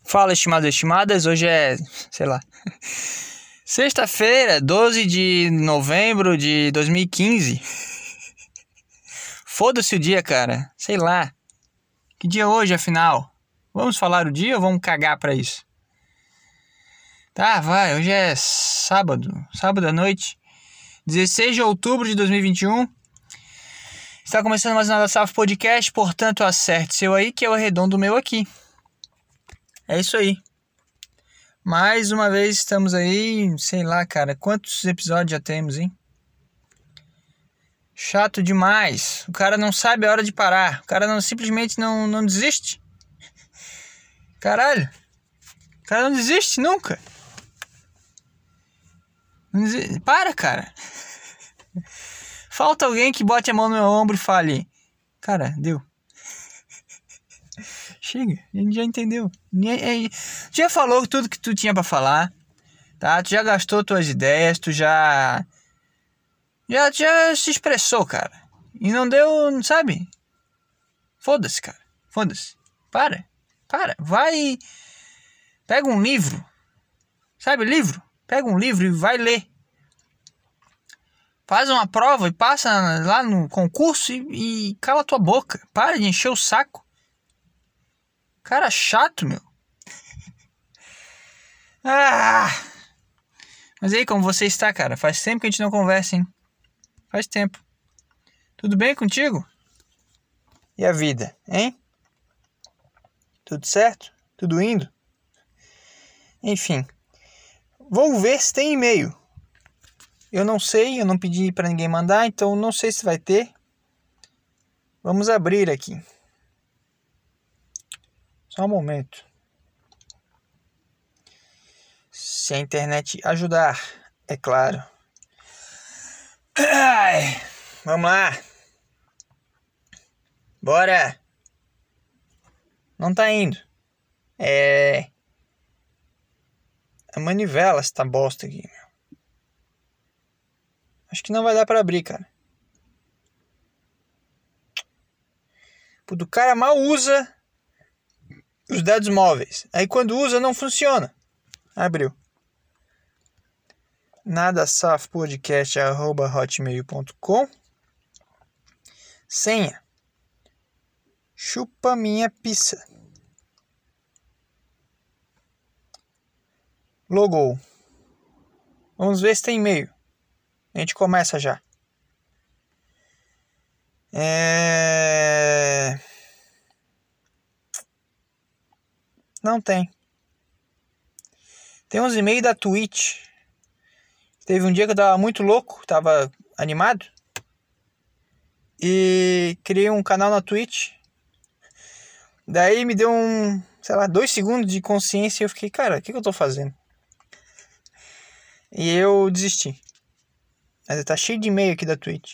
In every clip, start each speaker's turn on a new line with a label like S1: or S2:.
S1: Fala, estimados e estimadas, hoje é, sexta-feira, 12 de novembro de 2015. Foda-se o dia, cara, sei lá. Que dia é hoje, afinal? Vamos falar o dia ou vamos cagar pra isso? Tá, vai, hoje é sábado à noite, 16 de outubro de 2021. Está começando mais uma Safra Podcast, portanto acerte seu aí que eu arredondo o meu aqui. É isso aí. Mais uma vez estamos aí, sei lá, cara, quantos episódios já temos, hein? Chato demais. O cara não sabe a hora de parar. O cara simplesmente não desiste. Caralho. O cara não desiste nunca. Não desiste. Para, cara. Falta alguém que bote a mão no meu ombro e fale: cara, deu. Chega, a gente já entendeu. Já falou tudo que tu tinha pra falar, tá? Tu já gastou tuas ideias, tu já se expressou, cara. E não deu, sabe? Foda-se, cara. Foda-se. Para. Vai. Pega um livro. Sabe, livro? Pega um livro e vai ler. Faz uma prova e passa lá no concurso e cala tua boca. Para de encher o saco. Cara chato, meu. Mas aí, como você está, cara? Faz tempo que a gente não conversa, hein? Faz tempo. Tudo bem contigo? E a vida, hein? Tudo certo? Tudo indo? Enfim. Vou ver se tem e-mail. Eu não sei, eu não pedi pra ninguém mandar, então não sei se vai ter. Vamos abrir aqui. Só um momento. Se a internet ajudar, é claro. Vamos lá. Bora. Não tá indo. A manivela essa bosta aqui. Acho que não vai dar pra abrir, cara. O cara mal usa os dados móveis. Aí quando usa não funciona. Abriu. nadasafpodcast@hotmail.com. Senha. Chupa minha pizza. Logou. Vamos ver se tem e-mail. A gente começa já. Não tem. Tem uns e-mails da Twitch. Teve um dia que eu tava muito louco, tava animado. E criei um canal na Twitch. Daí me deu 2 segundos de consciência e eu fiquei, cara, o que eu tô fazendo? E eu desisti. Mas tá cheio de e-mail aqui da Twitch.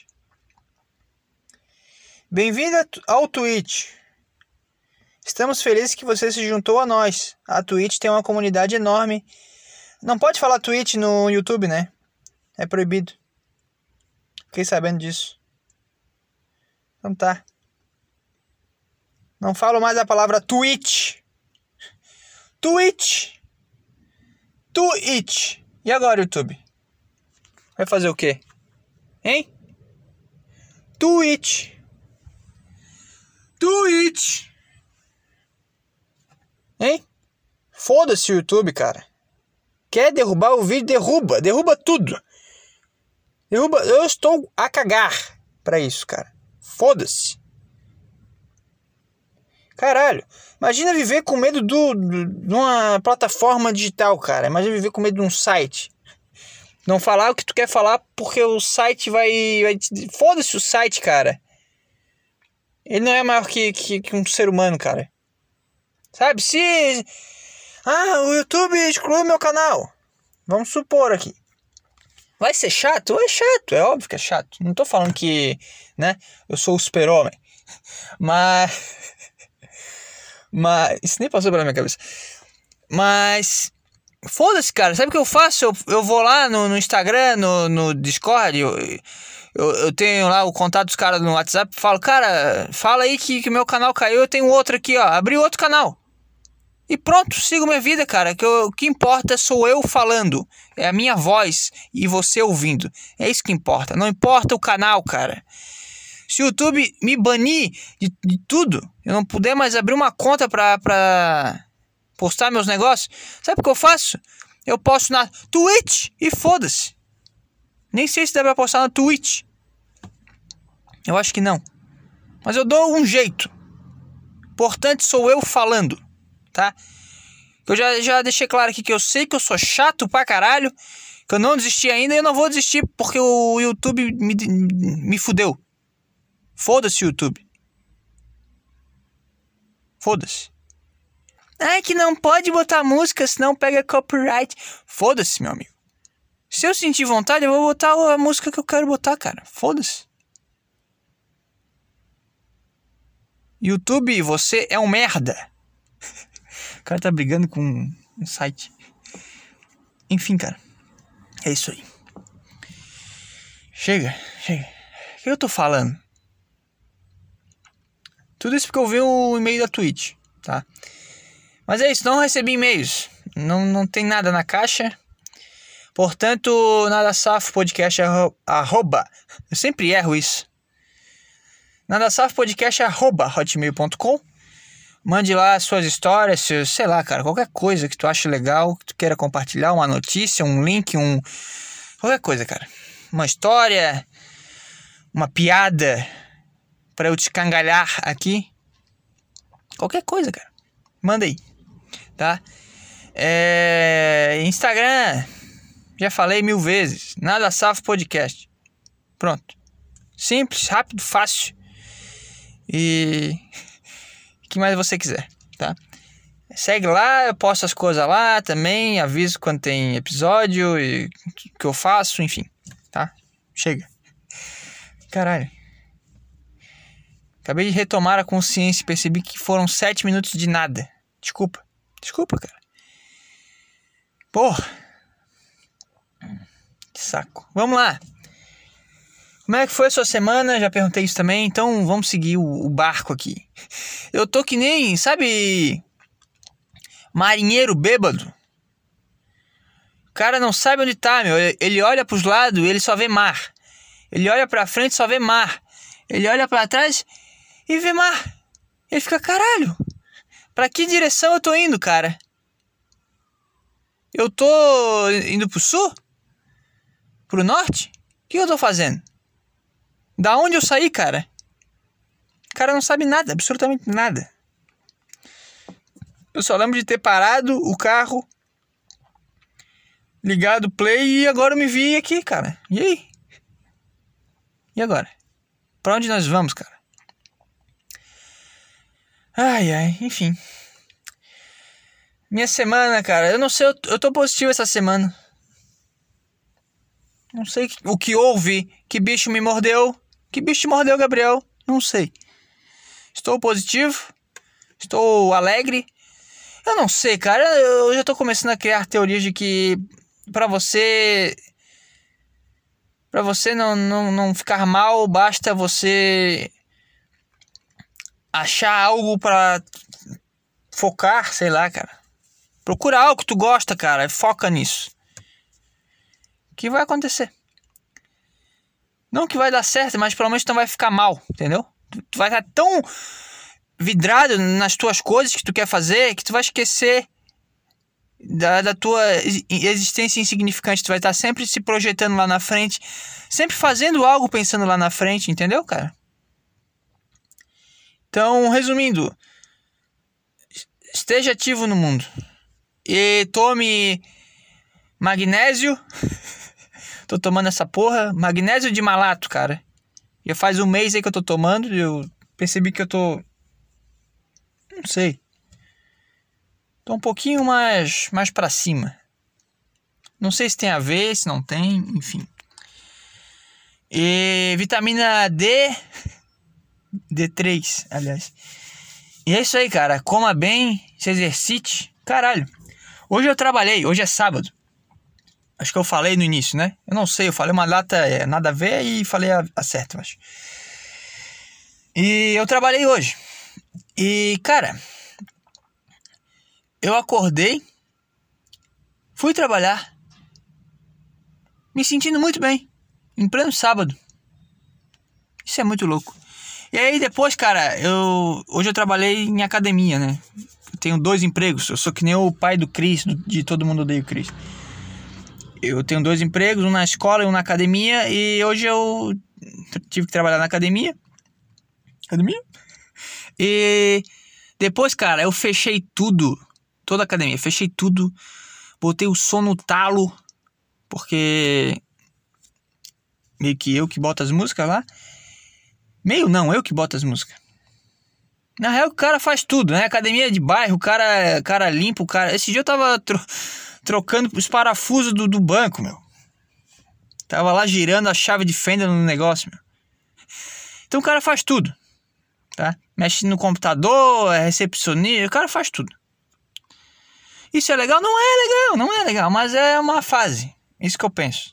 S1: Bem-vindo ao Twitch. Estamos felizes que você se juntou a nós. A Twitch tem uma comunidade enorme. Não pode falar Twitch no YouTube, né? É proibido. Fiquei sabendo disso. Então tá. Não falo mais a palavra Twitch. Twitch. E agora, YouTube? Vai fazer o quê? Hein? Twitch. Hein? Foda-se o YouTube, cara. Quer derrubar o vídeo? Derruba tudo. Eu estou a cagar pra isso, cara. Foda-se. Caralho. Imagina viver com medo de uma plataforma digital, cara. Imagina viver com medo de um site. Não falar o que tu quer falar porque o site vai foda-se o site, cara. Ele não é maior que um ser humano, cara. Sabe? o YouTube excluiu meu canal. Vamos supor aqui. Vai ser chato? É chato, é óbvio que é chato. Não tô falando que, né, eu sou o super-homem. Mas isso nem passou pela minha cabeça. Mas foda-se, cara. Sabe o que eu faço? Eu vou lá no Instagram, no Discord. Eu tenho lá o contato dos caras no WhatsApp. Falo, cara, fala aí que meu canal caiu. Eu tenho outro aqui, ó. Abri outro canal. E pronto, sigo minha vida, cara. O que importa sou eu falando. É a minha voz e você ouvindo. É isso que importa. Não importa o canal, cara. Se o YouTube me banir de tudo, eu não puder mais abrir uma conta pra postar meus negócios, sabe o que eu faço? Eu posto na Twitch e foda-se. Nem sei se dá pra postar na Twitch. Eu acho que não. Mas eu dou um jeito. Importante sou eu falando, tá? Eu já deixei claro aqui que eu sei que eu sou chato pra caralho, que eu não desisti ainda e eu não vou desistir porque o YouTube me fudeu. Foda-se, YouTube. Foda-se. Ah, que não pode botar música, senão pega copyright. Foda-se, meu amigo. Se eu sentir vontade, eu vou botar a música que eu quero botar, cara. Foda-se. YouTube, você é um merda. O cara tá brigando com um site. Enfim, cara. É isso aí. Chega. O que eu tô falando? Tudo isso porque eu vi o e-mail da Twitch, tá? Mas é isso, não recebi e-mails. Não tem nada na caixa. Portanto, nada safo podcast arroba. Eu sempre erro isso. Nada safo podcast arroba hotmail.com. Mande lá suas histórias, sei lá, cara, qualquer coisa que tu ache legal, que tu queira compartilhar, uma notícia, um link, qualquer coisa, cara. Uma história, uma piada pra eu te cangalhar aqui. Qualquer coisa, cara. Manda aí, tá? Instagram, já falei 1000 vezes. Nada safo podcast. Pronto. Simples, rápido, fácil. E o que mais você quiser, tá? Segue lá, eu posto as coisas lá também, aviso quando tem episódio e o que eu faço, enfim, tá? Chega. Caralho. Acabei de retomar a consciência e percebi que foram 7 minutos de nada. Desculpa, cara. Porra. Que saco. Vamos lá. Como é que foi a sua semana? Já perguntei isso também, então vamos seguir o barco aqui. Eu tô que nem, sabe, marinheiro bêbado. O cara não sabe onde tá, meu. Ele olha pros lados e ele só vê mar. Ele olha pra frente e só vê mar. Ele olha pra trás e vê mar. Ele fica, caralho, pra que direção eu tô indo, cara? Eu tô indo pro sul? Pro norte? O que eu tô fazendo? Da onde eu saí, cara? O cara não sabe nada, absolutamente nada. Eu só lembro de ter parado o carro, ligado o play e agora eu me vi aqui, cara. E aí? E agora? Pra onde nós vamos, cara? Ai, enfim. Minha semana, cara, eu não sei, eu tô positivo essa semana. Não sei o que houve, que bicho me mordeu. Que bicho te mordeu, Gabriel? Não sei. Estou positivo, estou alegre. Eu não sei, cara, eu já tô começando a criar teorias de que pra você não ficar mal, basta você achar algo pra focar, sei lá, cara. Procura algo que tu gosta, cara, e foca nisso. O que vai acontecer? Não que vai dar certo, mas pelo menos tu não vai ficar mal, entendeu? Tu vai estar tão vidrado nas tuas coisas que tu quer fazer que tu vai esquecer da tua existência insignificante. Tu vai estar sempre se projetando lá na frente, sempre fazendo algo pensando lá na frente, entendeu, cara? Então, resumindo, esteja ativo no mundo e tome magnésio. Tô tomando essa porra, magnésio de malato, cara. Já faz um mês aí que eu tô tomando e eu percebi que eu tô... Não sei. Tô um pouquinho mais pra cima. Não sei se tem a ver, se não tem, enfim. E vitamina D3, aliás. E é isso aí, cara. Coma bem, se exercite. Caralho. Hoje eu trabalhei, hoje é sábado. Acho que eu falei no início, né? Eu não sei, eu falei uma data nada a ver e falei a certa, acho. E eu trabalhei hoje. E, cara, eu acordei, fui trabalhar, me sentindo muito bem, em pleno sábado. Isso é muito louco. E aí depois, cara, hoje eu trabalhei em academia, né? Eu tenho 2 empregos, eu sou que nem o pai do Chris, de Todo Mundo Odeia o Chris. Eu tenho 2 empregos, um na escola e um na academia, e hoje eu tive que trabalhar na academia. E depois, cara, eu fechei tudo, toda a academia, fechei tudo, botei o som no talo, porque meio que eu que boto as músicas lá. Meio não, eu que boto as músicas. Na real, o cara faz tudo, né? Academia de bairro, o cara limpa, o cara... Esse dia eu tava trocando os parafusos do banco, meu. Tava lá girando a chave de fenda no negócio, meu. Então o cara faz tudo, tá? Mexe no computador, é recepcionista, o cara faz tudo. Isso é legal? Não é legal, mas é uma fase. Isso que eu penso.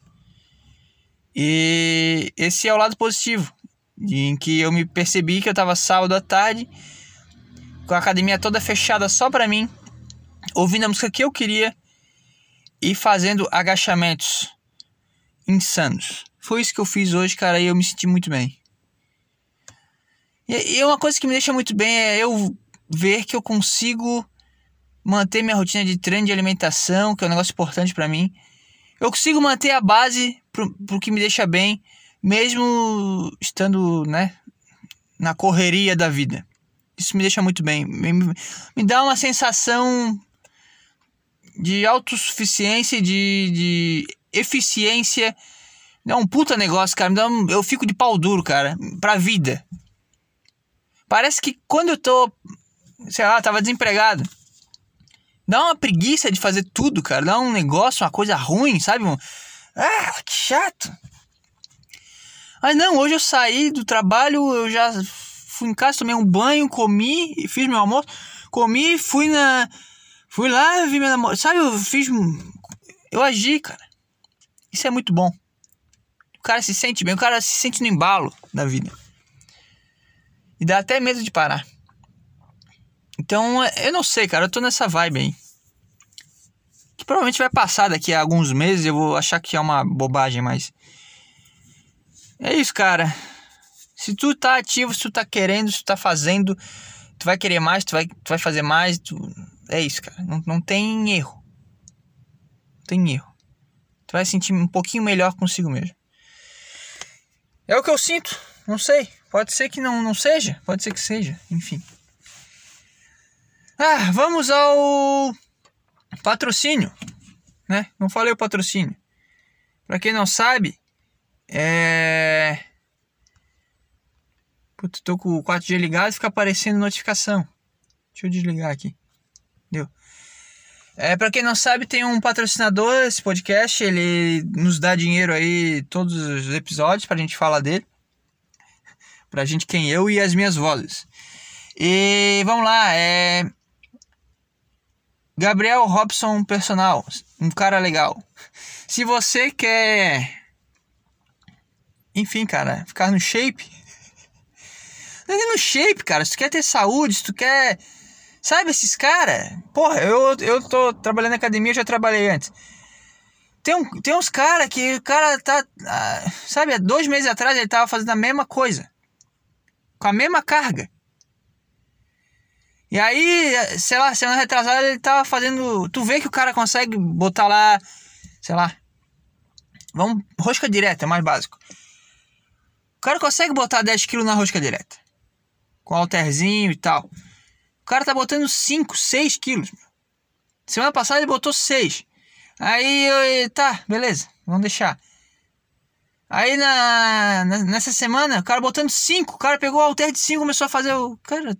S1: E esse é o lado positivo, em que eu me percebi que eu tava sábado à tarde, com a academia toda fechada só pra mim, ouvindo a música que eu queria e fazendo agachamentos insanos. Foi isso que eu fiz hoje, cara, e eu me senti muito bem. E uma coisa que me deixa muito bem é eu ver que eu consigo manter minha rotina de treino, de alimentação, que é um negócio importante pra mim. Eu consigo manter a base pro que me deixa bem, mesmo estando, né, na correria da vida. Isso me deixa muito bem. Me dá uma sensação de autossuficiência e de eficiência. É um puta negócio, cara. Eu fico de pau duro, cara, pra vida. Parece que quando eu tô, sei lá, tava desempregado, dá uma preguiça de fazer tudo, cara. Dá um negócio, uma coisa ruim, sabe? Ah, que chato. Mas não, hoje eu saí do trabalho, eu já fui em casa, tomei um banho, comi, fiz meu almoço, comi, fui lá, vi minha namorada, sabe? Eu agi, cara. Isso é muito bom. O cara se sente bem, o cara se sente no embalo da vida. E dá até medo de parar. Então, eu não sei, cara, eu tô nessa vibe aí. Que provavelmente vai passar daqui a alguns meses, eu vou achar que é uma bobagem, mas... É isso, cara. Se tu tá ativo, se tu tá querendo, se tu tá fazendo, tu vai querer mais, tu vai fazer mais. É isso, cara. Não tem erro. Não tem erro. Tu vai sentir um pouquinho melhor consigo mesmo. É o que eu sinto. Não sei. Pode ser que não seja. Pode ser que seja. Enfim. Vamos ao patrocínio, né? Não falei o patrocínio. Pra quem não sabe, Putz, tô com o 4G ligado e fica aparecendo notificação. Deixa eu desligar aqui. Deu. Pra quem não sabe, tem um patrocinador esse podcast. Ele nos dá dinheiro aí todos os episódios pra gente falar dele. Pra gente, quem eu e as minhas vozes. E vamos lá, Gabriel Robson Personal, um cara legal. Se você quer, enfim, cara, ficar no shape, não é no shape, cara. Se tu quer ter saúde, se tu quer, sabe, esses caras, porra, eu tô trabalhando na academia, eu já trabalhei antes. Tem uns caras que o cara tá, sabe, há 2 meses atrás ele tava fazendo a mesma coisa, com a mesma carga. E aí, sei lá, semana retrasada ele tava fazendo... Tu vê que o cara consegue botar lá, sei lá, vamos, rosca direta, é mais básico. O cara consegue botar 10 kg na rosca direta, com halterzinho e tal. O cara tá botando 5, 6 quilos. Semana passada ele botou 6. Aí, tá, beleza, vamos deixar. Aí nessa semana, o cara botando 5. O cara pegou o halter de 5 e começou a fazer o... Cara,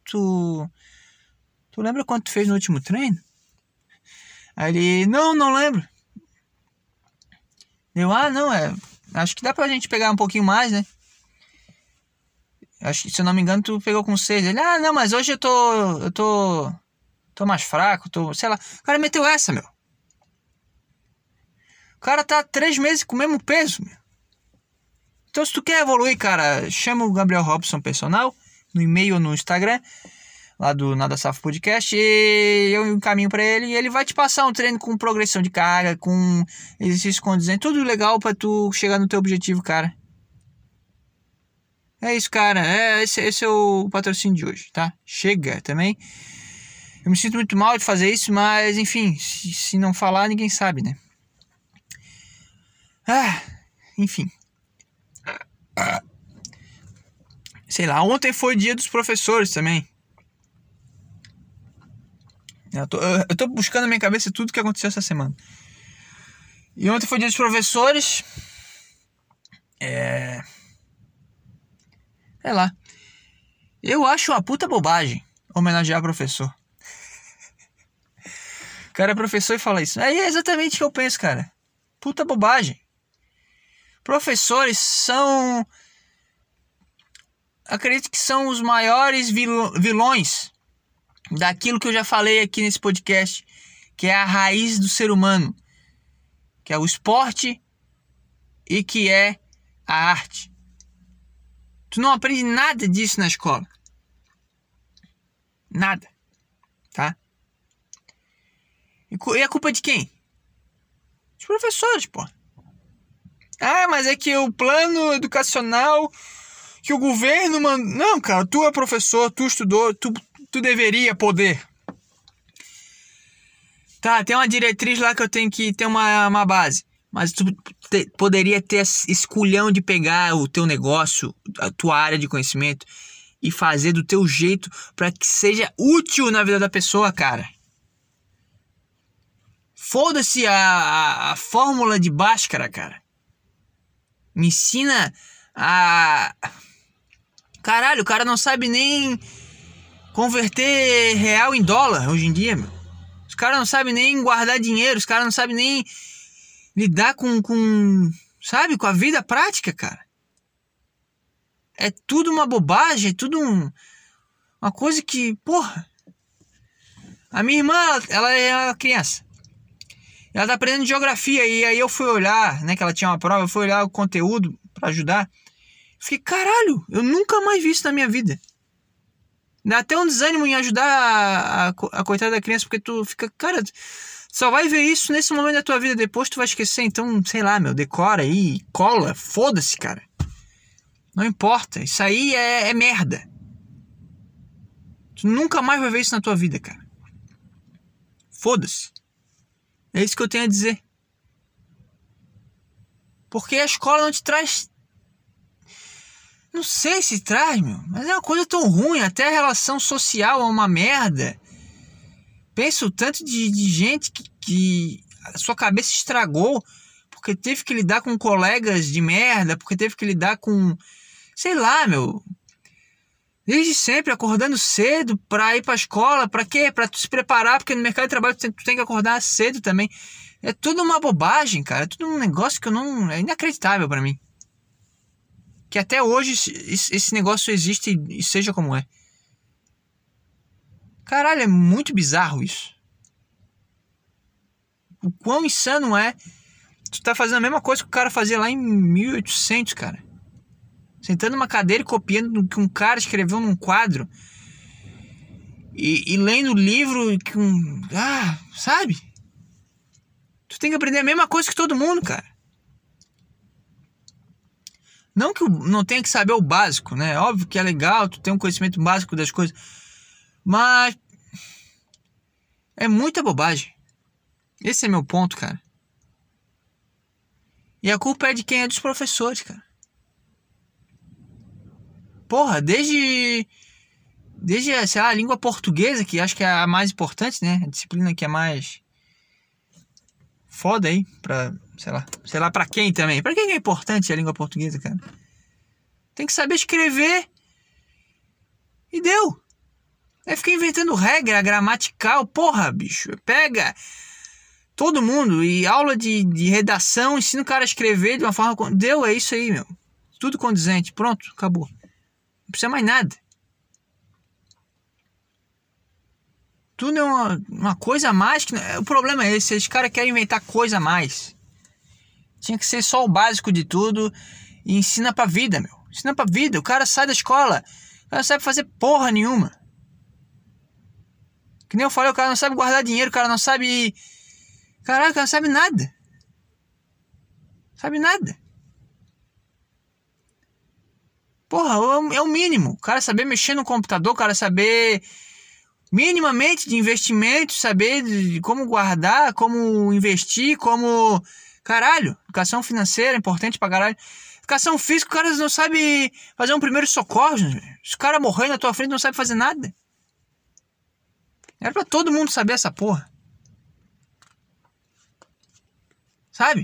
S1: Tu lembra quanto tu fez no último treino? Aí ele, não lembro. Eu, não, acho que dá pra gente pegar um pouquinho mais, né? Acho que, se eu não me engano, tu pegou com 6. Ele, não, mas hoje eu tô mais fraco, sei lá. O cara meteu essa, meu. O cara tá 3 meses com o mesmo peso, meu. Então, se tu quer evoluir, cara, chama o Gabriel Robson Personal, no e-mail ou no Instagram. lá do Nada Safo Podcast, e eu encaminho pra ele, e ele vai te passar um treino com progressão de carga, com exercício condizente, tudo legal pra tu chegar no teu objetivo, cara. É isso, cara. Esse é o patrocínio de hoje, tá? Chega também. Eu me sinto muito mal de fazer isso, mas enfim, se não falar, ninguém sabe, né? Enfim. Sei lá, ontem foi o dia dos professores também. Eu tô buscando na minha cabeça tudo que aconteceu essa semana. E ontem foi o dia dos professores. Sei lá. Eu acho uma puta bobagem homenagear professor. O cara é professor e fala isso. Aí é exatamente o que eu penso, cara. Puta bobagem. Professores são... Acredito que são os maiores vilões daquilo que eu já falei aqui nesse podcast, que é a raiz do ser humano, que é o esporte e que é a arte. Tu não aprende nada disso na escola. Nada. Tá? E a culpa é de quem? Os professores, pô. Mas é que o plano educacional que o governo manda... Não, cara, tu é professor, tu estudou, tu deveria poder. Tá, tem uma diretriz lá que eu tenho que ter uma base. Mas tu poderia ter esse culhão de pegar o teu negócio, a tua área de conhecimento, e fazer do teu jeito para que seja útil na vida da pessoa, cara. Foda-se a fórmula de Bhaskara, cara. Me ensina a... Caralho, o cara não sabe nem converter real em dólar hoje em dia, meu. Os caras não sabem nem guardar dinheiro, os caras não sabem nem lidar sabe, com a vida prática, cara. É tudo uma bobagem, é tudo uma coisa que, porra. A minha irmã, ela é uma criança. Ela tá aprendendo geografia, e aí eu fui olhar, né, que ela tinha uma prova, eu fui olhar o conteúdo pra ajudar. Fiquei, caralho, eu nunca mais vi isso na minha vida. Dá até um desânimo em ajudar a coitada da criança, porque tu fica, cara, só vai ver isso nesse momento da tua vida, depois tu vai esquecer, então, sei lá, meu, decora aí, cola, foda-se, cara. Não importa, isso aí é merda. Tu nunca mais vai ver isso na tua vida, cara. Foda-se. É isso que eu tenho a dizer. Porque a escola não te traz... Não sei se traz, meu, mas é uma coisa tão ruim. Até a relação social é uma merda. Pensa o tanto de gente que a sua cabeça estragou porque teve que lidar com colegas de merda, porque teve que lidar com... Sei lá, meu. Desde sempre, acordando cedo pra ir pra escola. Pra quê? Pra tu se preparar, porque no mercado de trabalho tu tem que acordar cedo também. É tudo uma bobagem, cara. É tudo um negócio que eu não... É inacreditável pra mim. Que até hoje esse negócio existe e seja como é. Caralho, é muito bizarro isso. O quão insano é. Tu tá fazendo a mesma coisa que o cara fazia lá em 1800, cara. Sentando numa cadeira e copiando o que um cara escreveu num quadro. E lendo o livro com... sabe? Tu tem que aprender a mesma coisa que todo mundo, cara. Não que não tenha que saber o básico, né? Óbvio que é legal tu ter um conhecimento básico das coisas. Mas... é muita bobagem. Esse é meu ponto, cara. E a culpa é de quem? É dos professores, cara. Porra, desde, sei lá, a língua portuguesa, que acho que é a mais importante, né? A disciplina que é mais foda aí, pra, sei lá pra quem também. Pra quem é importante a língua portuguesa, cara? Tem que saber escrever. E deu. Aí fica inventando regra gramatical. Porra, bicho. Pega todo mundo e aula de redação, ensina o cara a escrever de uma forma... Deu, é isso aí, meu. Tudo condizente. Pronto, acabou. Não precisa mais nada. Tudo é uma coisa a mais. O problema é esse. Os caras querem inventar coisa a mais. Tinha que ser só o básico de tudo. E ensina pra vida, meu. Ensina pra vida. O cara sai da escola. O cara não sabe fazer porra nenhuma. Que nem eu falei, o cara não sabe guardar dinheiro, o cara não sabe... Caralho, o cara não sabe nada. Sabe nada. Porra, é o mínimo. O cara saber mexer no computador, o cara saber minimamente de investimento, saber de como guardar, como investir, como... Caralho, educação financeira é importante pra caralho. Educação física, o cara não sabe fazer um primeiro socorro. Se o cara morrer na tua frente, não sabe fazer nada. Era pra todo mundo saber essa porra. Sabe?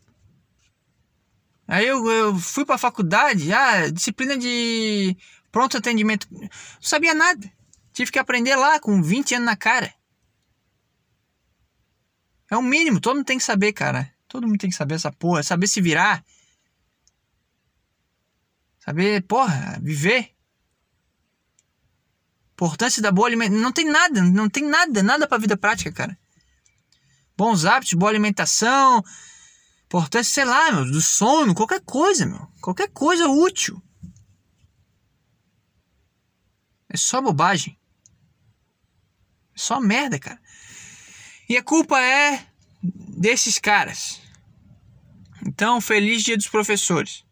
S1: Aí eu fui pra faculdade, disciplina de pronto atendimento. Não sabia nada. Tive que aprender lá com 20 anos na cara. É o mínimo, todo mundo tem que saber, cara. Todo mundo tem que saber essa porra, saber se virar. Saber, porra, viver. Importância da boa alimentação. Não tem nada pra vida prática, cara. Bons hábitos, boa alimentação. Importância, sei lá, meu, do sono, qualquer coisa, meu. Qualquer coisa útil. É só bobagem. É só merda, cara. E a culpa é desses caras. Então, feliz dia dos professores.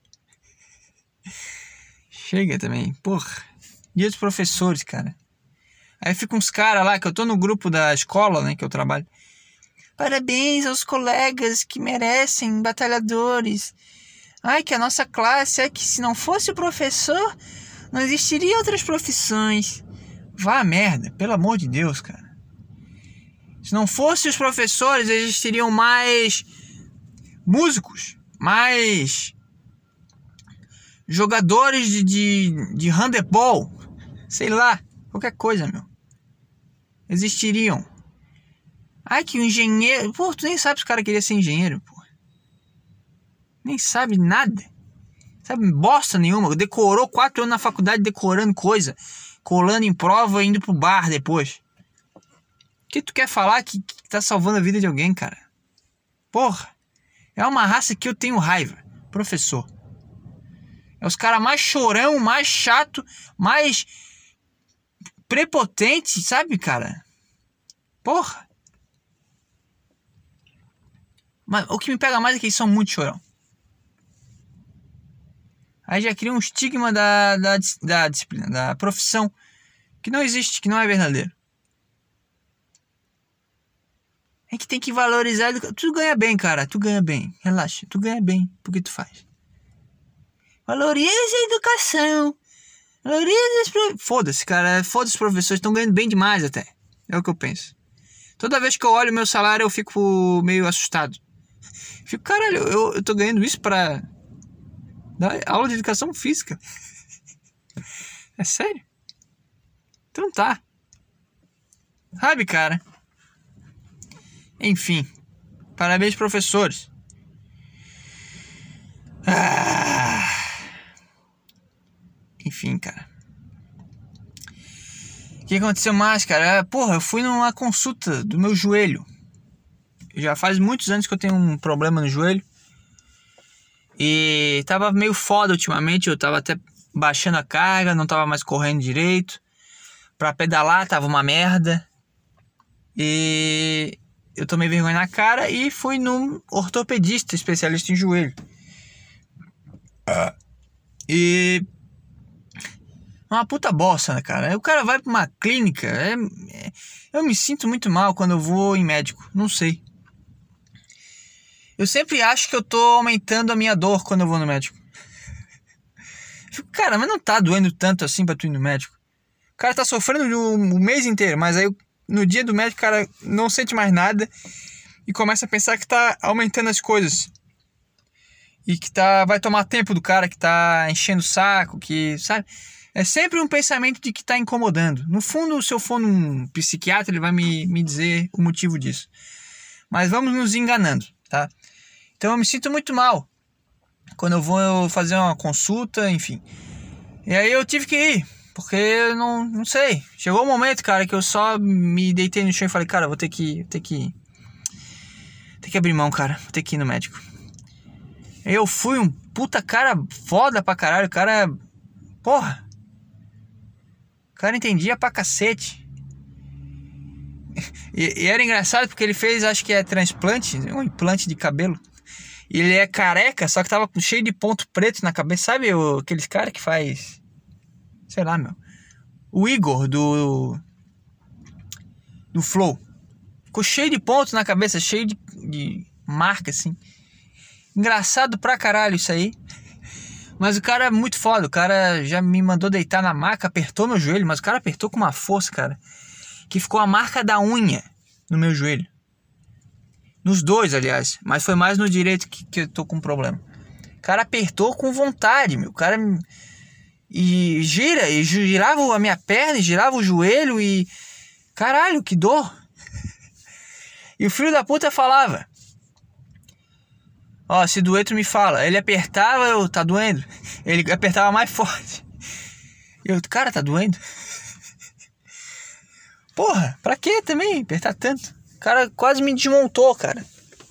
S1: Chega também, porra. Dia dos professores, cara. Aí fica uns caras lá, que eu tô no grupo da escola, né, que eu trabalho. Parabéns aos colegas que merecem, batalhadores. Ai, que a nossa classe é que se não fosse o professor, não existiria outras profissões. Vá a merda, pelo amor de Deus, cara. Se não fosse os professores, existiriam mais músicos, mais jogadores de handebol, sei lá, qualquer coisa, meu. Existiriam. Ai, que o engenheiro... Pô, tu nem sabe se o cara queria ser engenheiro, pô. Nem sabe nada. Sabe bosta nenhuma. Decorou 4 anos na faculdade decorando coisa. Colando em prova e indo pro bar depois. O que tu quer falar que tá salvando a vida de alguém, cara? Porra. É uma raça que eu tenho raiva. Professor. É os caras mais chorão, mais chato, mais prepotente, sabe, cara? Porra. Mas o que me pega mais é que eles são muito chorão. Aí já cria um estigma da disciplina, da profissão, que não existe, que não é verdadeiro. É que tem que valorizar. Tu ganha bem, cara. Tu ganha bem. Relaxa. Tu ganha bem. Por que tu faz? Valoriza a educação. Valoriza os... Foda-se, cara. Foda-se, os professores estão ganhando bem demais até. É o que eu penso. Toda vez que eu olho o meu salário, eu fico meio assustado. Fico, caralho, eu tô ganhando isso pra dar aula de educação física. É sério? Então tá. Sabe, cara? Enfim. Parabéns, professores. Enfim, cara. O que aconteceu mais, cara? Porra, eu fui numa consulta do meu joelho. Já faz muitos anos que eu tenho um problema no joelho. E tava meio foda ultimamente. Eu tava até baixando a carga, não tava mais correndo direito. Pra pedalar tava uma merda. E eu tomei vergonha na cara e fui num ortopedista especialista em joelho. E... uma puta bosta, né, cara? O cara vai pra uma clínica. Eu me sinto muito mal quando eu vou em médico. Não sei. Eu sempre acho que eu tô aumentando a minha dor quando eu vou no médico. Fico, cara, mas não tá doendo tanto assim pra tu ir no médico. O cara tá sofrendo o mês inteiro, mas aí no dia do médico o cara não sente mais nada e começa a pensar que tá aumentando as coisas. E que vai tomar tempo do cara, que tá enchendo o saco, que, sabe? É sempre um pensamento de que tá incomodando. No fundo, se eu for num psiquiatra, ele vai me dizer o motivo disso. Mas vamos nos enganando, tá? Então eu me sinto muito mal quando eu vou fazer uma consulta, enfim. E aí eu tive que ir, porque eu não sei. Chegou um momento, cara, que eu só me deitei no chão e falei, cara, vou ter que abrir mão, cara. Vou ter que ir no médico. Eu fui um puta cara foda pra caralho. O cara... porra. O cara entendia pra cacete. E era engraçado porque ele fez, acho que é transplante, um implante de cabelo. E ele é careca, só que tava cheio de ponto preto na cabeça. Sabe aqueles cara que faz... Sei lá, meu. O Igor do Flow. Ficou cheio de pontos na cabeça, cheio de marca, assim. Engraçado pra caralho isso aí. Mas o cara é muito foda. O cara já me mandou deitar na maca, apertou meu joelho. Mas o cara apertou com uma força, cara, que ficou a marca da unha no meu joelho. Nos dois, aliás. Mas foi mais no direito que eu tô com problema. O cara apertou com vontade, meu. O cara... E girava a minha perna, e girava o joelho e... Caralho, que dor. E o filho da puta falava: ó, se doer tu me fala. Ele apertava, tá doendo. Ele apertava mais forte. Cara, tá doendo? Porra, pra que também apertar tanto? O cara quase me desmontou, cara.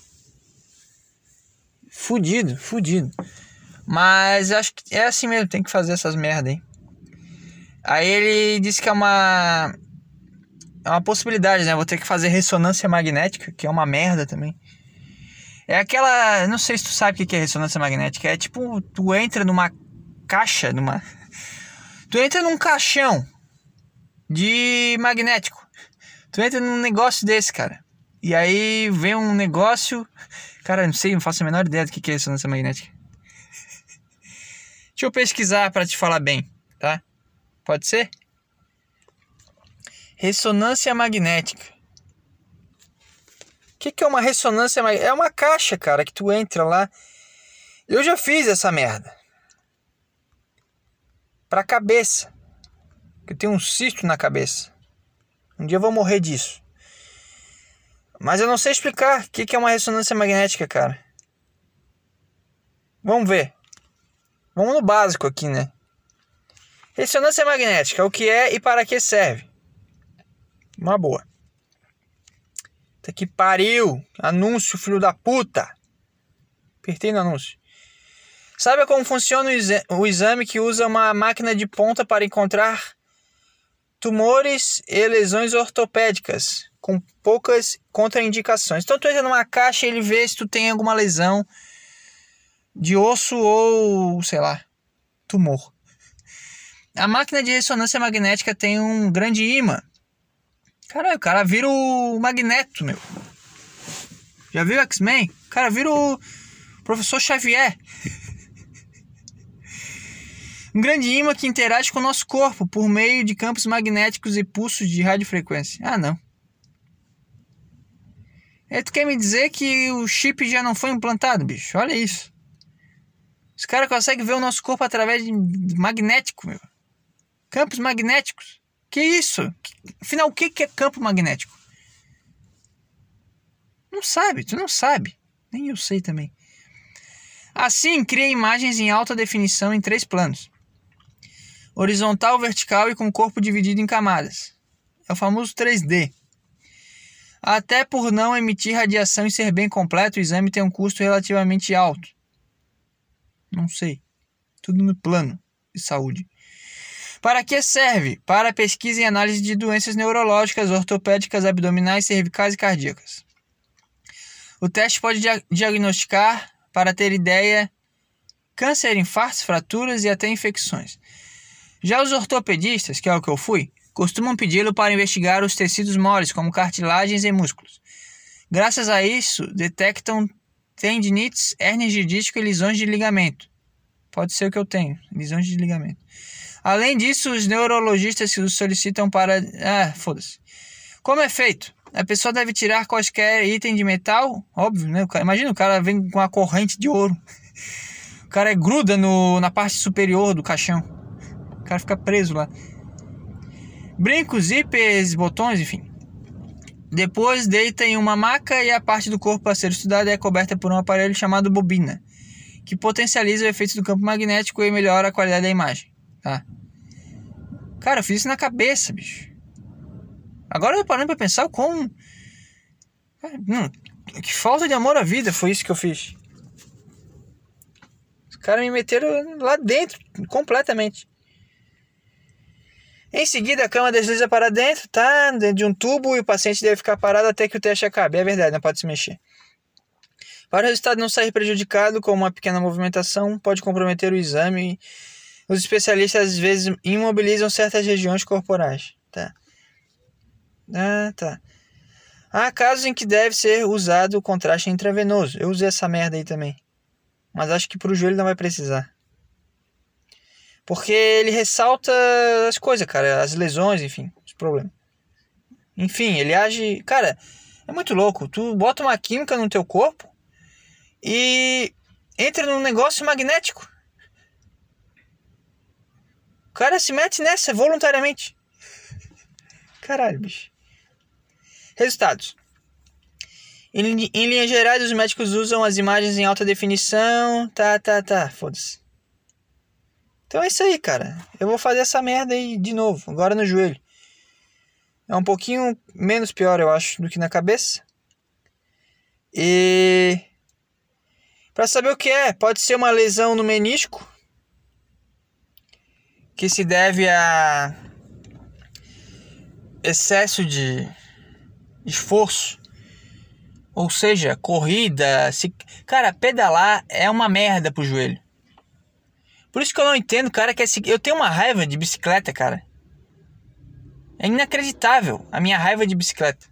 S1: Fudido. Mas acho que é assim mesmo, tem que fazer essas merda, hein? Aí ele disse que é uma possibilidade, né? Vou ter que fazer ressonância magnética, que é uma merda também. É aquela... Não sei se tu sabe o que é ressonância magnética. É tipo, tu entra numa caixa, tu entra num caixão de magnético. Tu entra num negócio desse, cara. E aí vem um negócio... Cara, não sei, não faço a menor ideia do que é ressonância magnética. Deixa eu pesquisar pra te falar bem, tá? Pode ser? Ressonância magnética. O que é uma ressonância magnética? É uma caixa, cara, que tu entra lá. Eu já fiz essa merda. Pra cabeça. Eu tenho um cisto na cabeça. Um dia eu vou morrer disso. Mas eu não sei explicar o que é uma ressonância magnética, cara. Vamos ver. Vamos no básico aqui, né? Ressonância magnética, o que é e para que serve? Uma boa. Puta que pariu. Anúncio, filho da puta. Apertei no anúncio. Sabe como funciona o exame que usa uma máquina de ponta para encontrar tumores e lesões ortopédicas com poucas contraindicações? Então tu entra numa caixa e ele vê se tu tem alguma lesão de osso ou, sei lá, tumor. A máquina de ressonância magnética tem um grande ímã. Caralho, o cara vira o Magneto, meu. Já viu o X-Men? O cara vira o Professor Xavier. Um grande ímã que interage com o nosso corpo por meio de campos magnéticos e pulsos de radiofrequência. Ah, não. Tu quer me dizer que o chip já não foi implantado, bicho? Olha isso. Os caras conseguem ver o nosso corpo através de magnético, meu. Campos magnéticos. Que isso? Afinal, o que é campo magnético? Não sabe, tu não sabe. Nem eu sei também. Assim, cria imagens em alta definição em 3 planos. Horizontal, vertical e com o corpo dividido em camadas. É o famoso 3D. Até por não emitir radiação e ser bem completo, o exame tem um custo relativamente alto. Não sei. Tudo no plano de saúde. Para que serve? Para pesquisa e análise de doenças neurológicas, ortopédicas, abdominais, cervicais e cardíacas. O teste pode diagnosticar, para ter ideia, câncer, infartos, fraturas e até infecções. Já os ortopedistas, que é o que eu fui, costumam pedi-lo para investigar os tecidos moles, como cartilagens e músculos. Graças a isso, detectam tendinites, hérnias de disco e lisões de ligamento. Pode ser o que eu tenho, lisões de ligamento. Além disso, os neurologistas o solicitam para... foda-se. Como é feito? A pessoa deve tirar quaisquer item de metal, óbvio, né? Imagina, o cara vem com uma corrente de ouro. O cara gruda na parte superior do caixão. O cara fica preso lá. Brincos, zíperes, botões, enfim. Depois deita em uma maca e a parte do corpo a ser estudada é coberta por um aparelho chamado bobina, que potencializa o efeito do campo magnético e melhora a qualidade da imagem. Tá. Cara, eu fiz isso na cabeça, bicho. Agora eu tô parando pra pensar como... Cara, que falta de amor à vida foi isso que eu fiz. Os caras me meteram lá dentro, completamente. Em seguida, a cama desliza para dentro, tá? Dentro de um tubo, e o paciente deve ficar parado até que o teste acabe. É verdade, não pode se mexer. Para o resultado não sair prejudicado com uma pequena movimentação, pode comprometer o exame. Os especialistas às vezes imobilizam certas regiões corporais. Tá. Tá. Há casos em que deve ser usado o contraste intravenoso. Eu usei essa merda aí também. Mas acho que pro joelho não vai precisar. Porque ele ressalta as coisas, cara. As lesões, enfim. Os problemas. Enfim, ele age... Cara, é muito louco. Tu bota uma química no teu corpo e entra num negócio magnético. O cara se mete nessa voluntariamente. Caralho, bicho. Resultados. Em linhas gerais, os médicos usam as imagens em alta definição. Tá. Foda-se. Então é isso aí, cara. Eu vou fazer essa merda aí de novo. Agora no joelho. É um pouquinho menos pior, eu acho, do que na cabeça. E... Pra saber o que é, pode ser uma lesão no menisco, que se deve a excesso de esforço, ou seja, corrida, cara, pedalar é uma merda pro joelho. Por isso que eu não entendo, cara, eu tenho uma raiva de bicicleta, cara. É inacreditável a minha raiva de bicicleta.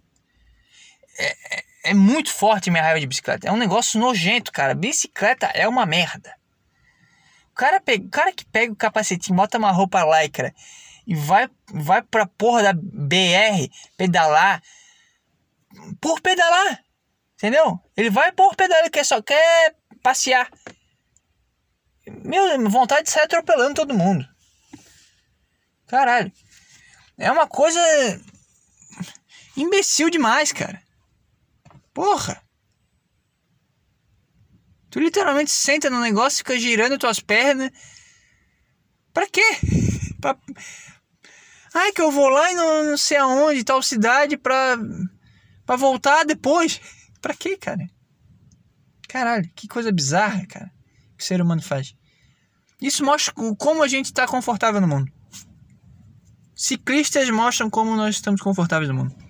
S1: É muito forte a minha raiva de bicicleta. É um negócio nojento, cara. Bicicleta é uma merda. O cara que pega o capacetinho, bota uma roupa lycra e vai pra porra da BR pedalar por pedalar, entendeu? Ele vai por pedalar, ele só quer passear. Meu, vontade de sair atropelando todo mundo. Caralho. É uma coisa imbecil demais, cara. Porra. Tu literalmente senta no negócio e fica girando tuas pernas. Pra quê? Ai, que eu vou lá e não sei aonde, tal cidade, pra voltar depois. Pra quê, cara? Caralho, que coisa bizarra, cara, que o ser humano faz. Isso mostra como a gente tá confortável no mundo. Ciclistas mostram como nós estamos confortáveis no mundo.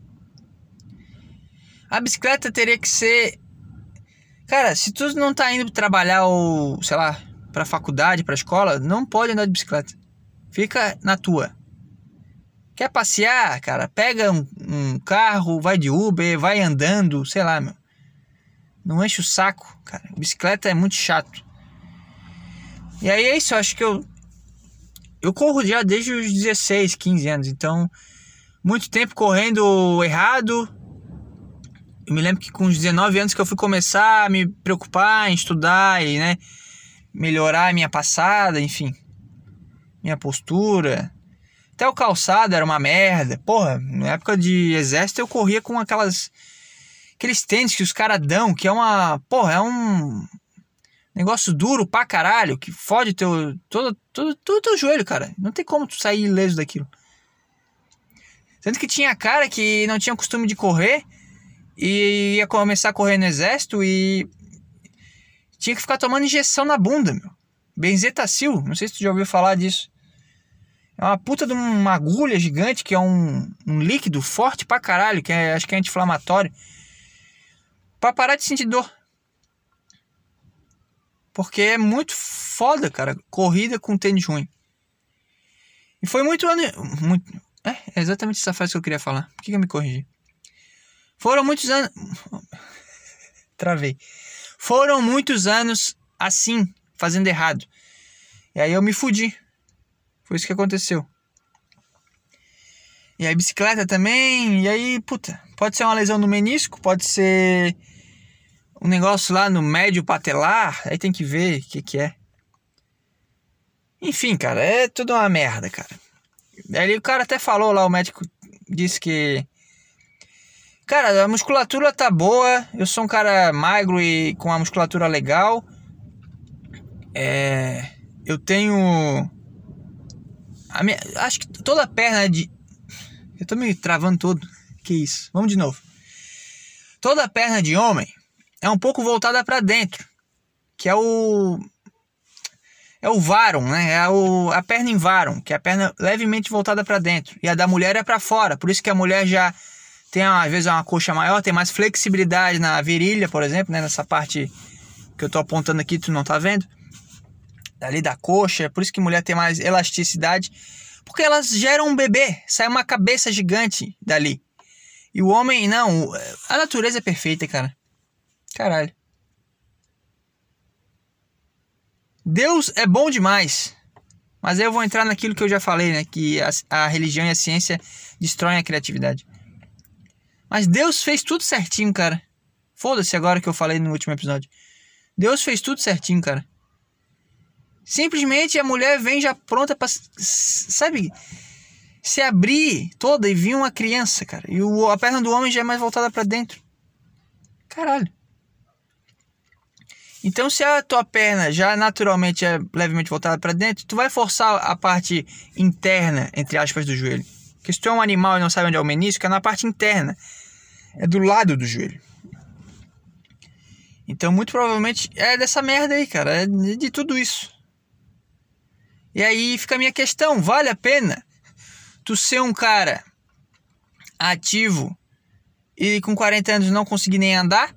S1: A bicicleta teria que ser... Cara, se tu não tá indo trabalhar ou, sei lá, pra faculdade, pra escola, não pode andar de bicicleta. Fica na tua. Quer passear, cara? Pega um carro, vai de Uber, vai andando, sei lá, meu. Não enche o saco, cara. Bicicleta é muito chato. E aí é isso, eu acho que eu corro já desde os 16, 15 anos. Então, muito tempo correndo errado. Eu me lembro que com os 19 anos que eu fui começar a me preocupar em estudar e, né, melhorar a minha passada, enfim, minha postura. Até o calçado era uma merda. Porra, na época de exército eu corria com aqueles tênis que os caras dão, que é uma... Porra, é um negócio duro pra caralho, que fode todo teu joelho, cara. Não tem como tu sair ileso daquilo. Tanto que tinha cara que não tinha costume de correr e ia começar a correr no exército e tinha que ficar tomando injeção na bunda, meu. Benzetacil, não sei se tu já ouviu falar disso. É uma puta de uma agulha gigante que é um líquido forte pra caralho, que acho que é anti-inflamatório, pra parar de sentir dor. Porque é muito foda, cara, corrida com tênis ruim. E foi muito... É exatamente essa frase que eu queria falar. Por que eu me corrigi? Foram muitos anos... Travei. Foram muitos anos assim, fazendo errado. E aí eu me fudi. Foi isso que aconteceu. E aí bicicleta também. E aí, puta, pode ser uma lesão no menisco, pode ser um negócio lá no médio patelar. Aí tem que ver o que é. Enfim, cara, é tudo uma merda, cara. Aí o cara até falou lá, o médico disse que... Cara, a musculatura tá boa. Eu sou um cara magro e com a musculatura legal. Eu tenho... acho que toda a perna de... Eu tô me travando todo. Que isso? Vamos de novo. Toda a perna de homem é um pouco voltada pra dentro. Que é é o varum, né? É a perna em varum, que é a perna levemente voltada para dentro. E a da mulher é para fora. Por isso que a mulher já tem, às vezes, uma coxa maior, tem mais flexibilidade na virilha, por exemplo, né? Nessa parte que eu tô apontando aqui, tu não tá vendo? Ali da coxa. Por isso que mulher tem mais elasticidade. Porque elas geram um bebê. Sai uma cabeça gigante dali. E o homem, não. A natureza é perfeita, cara. Caralho. Deus é bom demais. Mas aí eu vou entrar naquilo que eu já falei, né? Que a religião e a ciência destroem a criatividade. Mas Deus fez tudo certinho, cara. Foda-se agora que eu falei no último episódio. Deus fez tudo certinho, cara. Simplesmente a mulher vem já pronta pra, sabe, se abrir toda e vir uma criança, cara. E a perna do homem já é mais voltada pra dentro. Caralho. Então, se a tua perna já naturalmente é levemente voltada para dentro, tu vai forçar a parte interna, entre aspas, do joelho. Porque se tu é um animal e não sabe onde é o menisco, é na parte interna. É do lado do joelho. Então, muito provavelmente é dessa merda aí, cara. É de tudo isso. E aí fica a minha questão. Vale a pena tu ser um cara ativo e com 40 anos não conseguir nem andar?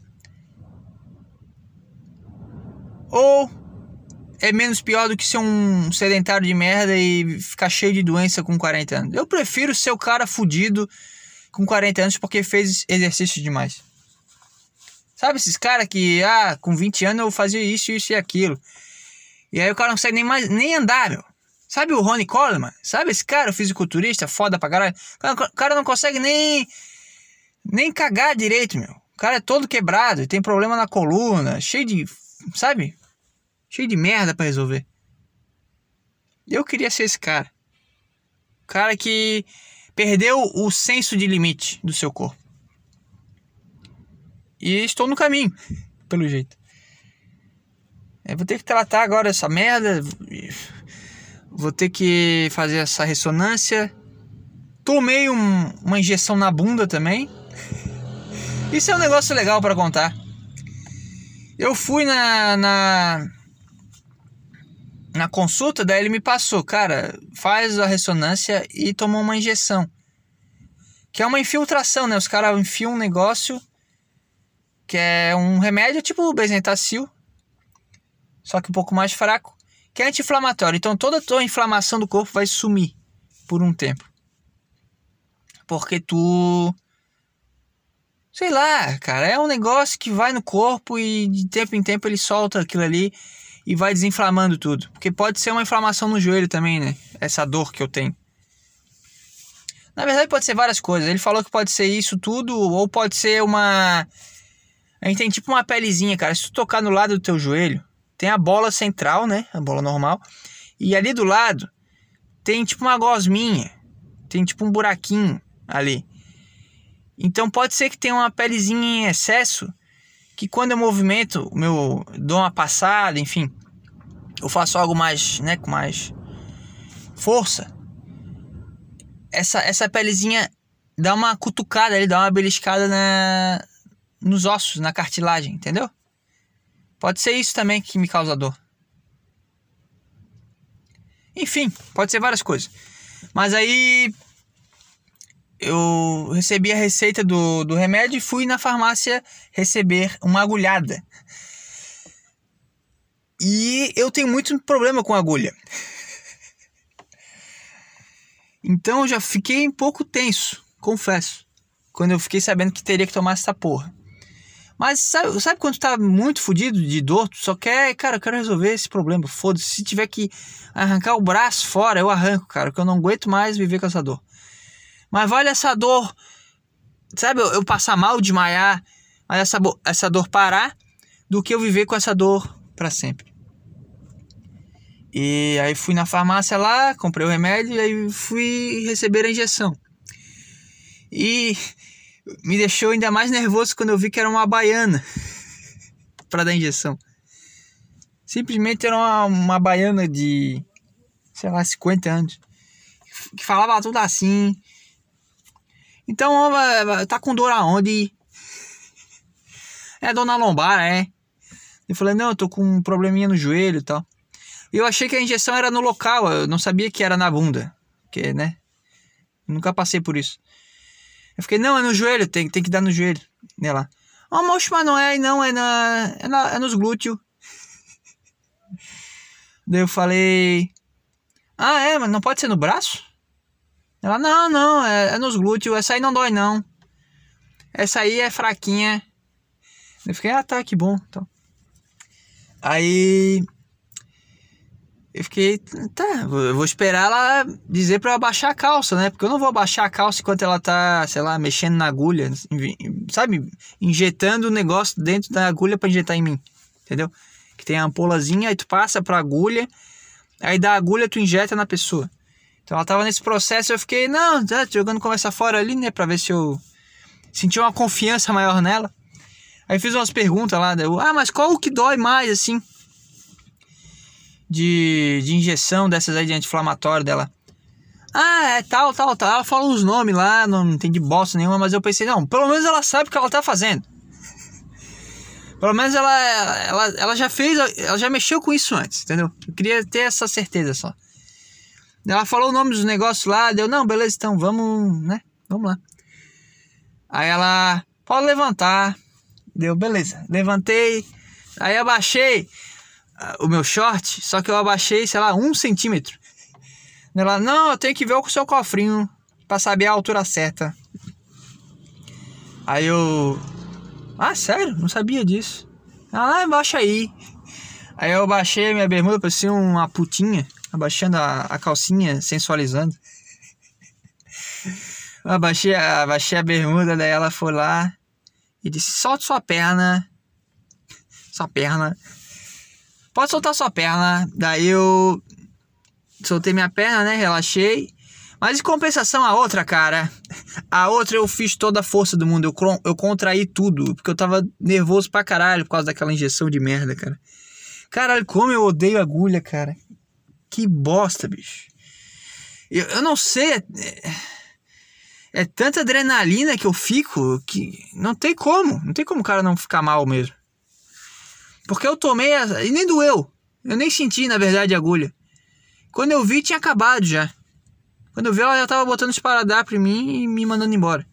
S1: Ou é menos pior do que ser um sedentário de merda e ficar cheio de doença com 40 anos? Eu prefiro ser o cara fudido com 40 anos porque fez exercício demais. Sabe esses caras que, com 20 anos eu fazia isso, isso e aquilo. E aí o cara não consegue nem andar, meu. Sabe o Ronnie Coleman? Sabe esse cara, o fisiculturista, foda pra caralho? O cara não consegue nem cagar direito, meu. O cara é todo quebrado, tem problema na coluna, cheio de... Sabe? Cheio de merda pra resolver. Eu queria ser esse cara. O cara que perdeu o senso de limite do seu corpo. E estou no caminho, pelo jeito. Eu vou ter que tratar agora essa merda. Vou ter que fazer essa ressonância. Tomei uma injeção na bunda também. Isso é um negócio legal pra contar. Eu fui na consulta, daí ele me passou, cara, faz a ressonância e toma uma injeção. Que é uma infiltração, né? Os caras enfiam um negócio que é um remédio tipo o Benzetacil, só que um pouco mais fraco, que é anti-inflamatório. Então toda a tua inflamação do corpo vai sumir por um tempo. Porque tu... Sei lá, cara, é um negócio que vai no corpo e de tempo em tempo ele solta aquilo ali e vai desinflamando tudo. Porque pode ser uma inflamação no joelho também, né? Essa dor que eu tenho. Na verdade pode ser várias coisas. Ele falou que pode ser isso tudo ou pode ser uma... A gente tem tipo uma pelezinha, cara. Se tu tocar no lado do teu joelho, tem a bola central, né? A bola normal. E ali do lado tem tipo uma gosminha. Tem tipo um buraquinho ali. Então pode ser que tenha uma pelezinha em excesso, que quando eu movimento, dou uma passada, enfim, eu faço algo mais, né, com mais força, essa pelezinha dá uma cutucada ali, dá uma beliscada nos ossos, na cartilagem, entendeu? Pode ser isso também que me causa dor. Enfim, pode ser várias coisas. Mas aí... eu recebi a receita do remédio e fui na farmácia receber uma agulhada. E eu tenho muito problema com agulha. Então eu já fiquei um pouco tenso, confesso, quando eu fiquei sabendo que teria que tomar essa porra. Mas sabe quando tu tá muito fodido de dor, tu só quer, cara, eu quero resolver esse problema, foda-se. Se tiver que arrancar o braço fora, eu arranco, cara, porque eu não aguento mais viver com essa dor. Mas vale essa dor, sabe, eu passar mal, desmaiar, mas essa dor parar, do que eu viver com essa dor pra sempre. E aí fui na farmácia lá, comprei o remédio e aí fui receber a injeção. E me deixou ainda mais nervoso quando eu vi que era uma baiana pra dar injeção. Simplesmente era uma baiana de, sei lá, 50 anos, que falava tudo assim... Então, tá com dor aonde? É dor na lombar, é? Eu falei, não, eu tô com um probleminha no joelho e tal. E eu achei que a injeção era no local, eu não sabia que era na bunda. Porque, né? Nunca passei por isso. Eu fiquei, não, é no joelho, tem que dar no joelho. E ela, moço, mas não é, não, é nos glúteos. Daí eu falei, mas não pode ser no braço? Ela, não, é nos glúteos, essa aí não dói não. Essa aí é fraquinha. Eu fiquei, tá, que bom. Então. Aí eu fiquei, tá, eu vou esperar ela dizer pra eu abaixar a calça, né? Porque eu não vou abaixar a calça enquanto ela tá, sei lá, mexendo na agulha, sabe? Injetando o negócio dentro da agulha pra injetar em mim, entendeu? Que tem a ampulazinha, aí tu passa pra agulha, aí da agulha tu injeta na pessoa. Então ela tava nesse processo, eu fiquei, não, tá jogando conversa fora ali, né? Pra ver se eu senti uma confiança maior nela. Aí fiz umas perguntas lá, mas qual o que dói mais, assim? De injeção dessas aí de anti-inflamatório dela. É tal. Ela falou uns nomes lá, não entendi bosta nenhuma, mas eu pensei, não, pelo menos ela sabe o que ela tá fazendo. Pelo menos ela já fez, ela já mexeu com isso antes, entendeu? Eu queria ter essa certeza só. Ela falou o nome dos negócios lá, deu, não, beleza, então vamos, né? Vamos lá. Aí ela, pode levantar. Deu, beleza. Levantei, aí abaixei o meu short, só que eu abaixei, sei lá, 1 centímetro. Ela, não, eu tenho que ver o seu cofrinho pra saber a altura certa. Aí eu, sério? Não sabia disso. Ela, abaixa aí. Aí eu abaixei a minha bermuda, parecia uma putinha, abaixando a calcinha, sensualizando. Eu abaixei a bermuda, daí ela foi lá e disse, solta sua perna. Sua perna. Pode soltar sua perna. Daí eu soltei minha perna, né? Relaxei. Mas em compensação a outra, cara. A outra eu fiz toda a força do mundo. Eu contraí tudo. Porque eu tava nervoso pra caralho por causa daquela injeção de merda, cara. Caralho, como eu odeio agulha, cara. Que bosta, bicho. Eu não sei. É tanta adrenalina que eu fico que não tem como o cara não ficar mal mesmo. Porque eu tomei e nem doeu. Eu nem senti, na verdade, a agulha. Quando eu vi, tinha acabado já. Quando eu vi, ela já tava botando esparadrapo em mim e me mandando embora.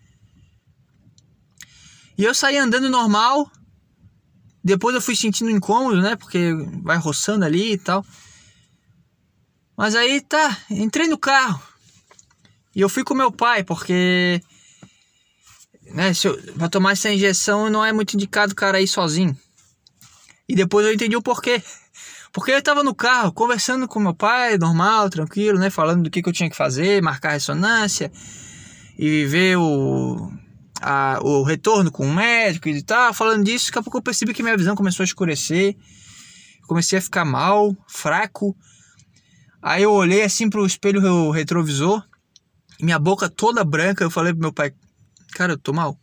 S1: E eu saí andando normal. Depois eu fui sentindo incômodo, né? Porque vai roçando ali e tal. Mas aí tá, entrei no carro. E eu fui com meu pai, porque, né, pra tomar essa injeção não é muito indicado o cara ir sozinho. E depois eu entendi o porquê. Porque eu tava no carro, conversando com meu pai, normal, tranquilo, né, falando do que eu tinha que fazer, marcar a ressonância e ver o retorno com o médico e tal. Falando disso, daqui a pouco eu percebi que minha visão começou a escurecer. Comecei a ficar mal, fraco. Aí eu olhei assim pro espelho retrovisor. Minha boca toda branca, eu falei pro meu pai, cara, eu tô mal.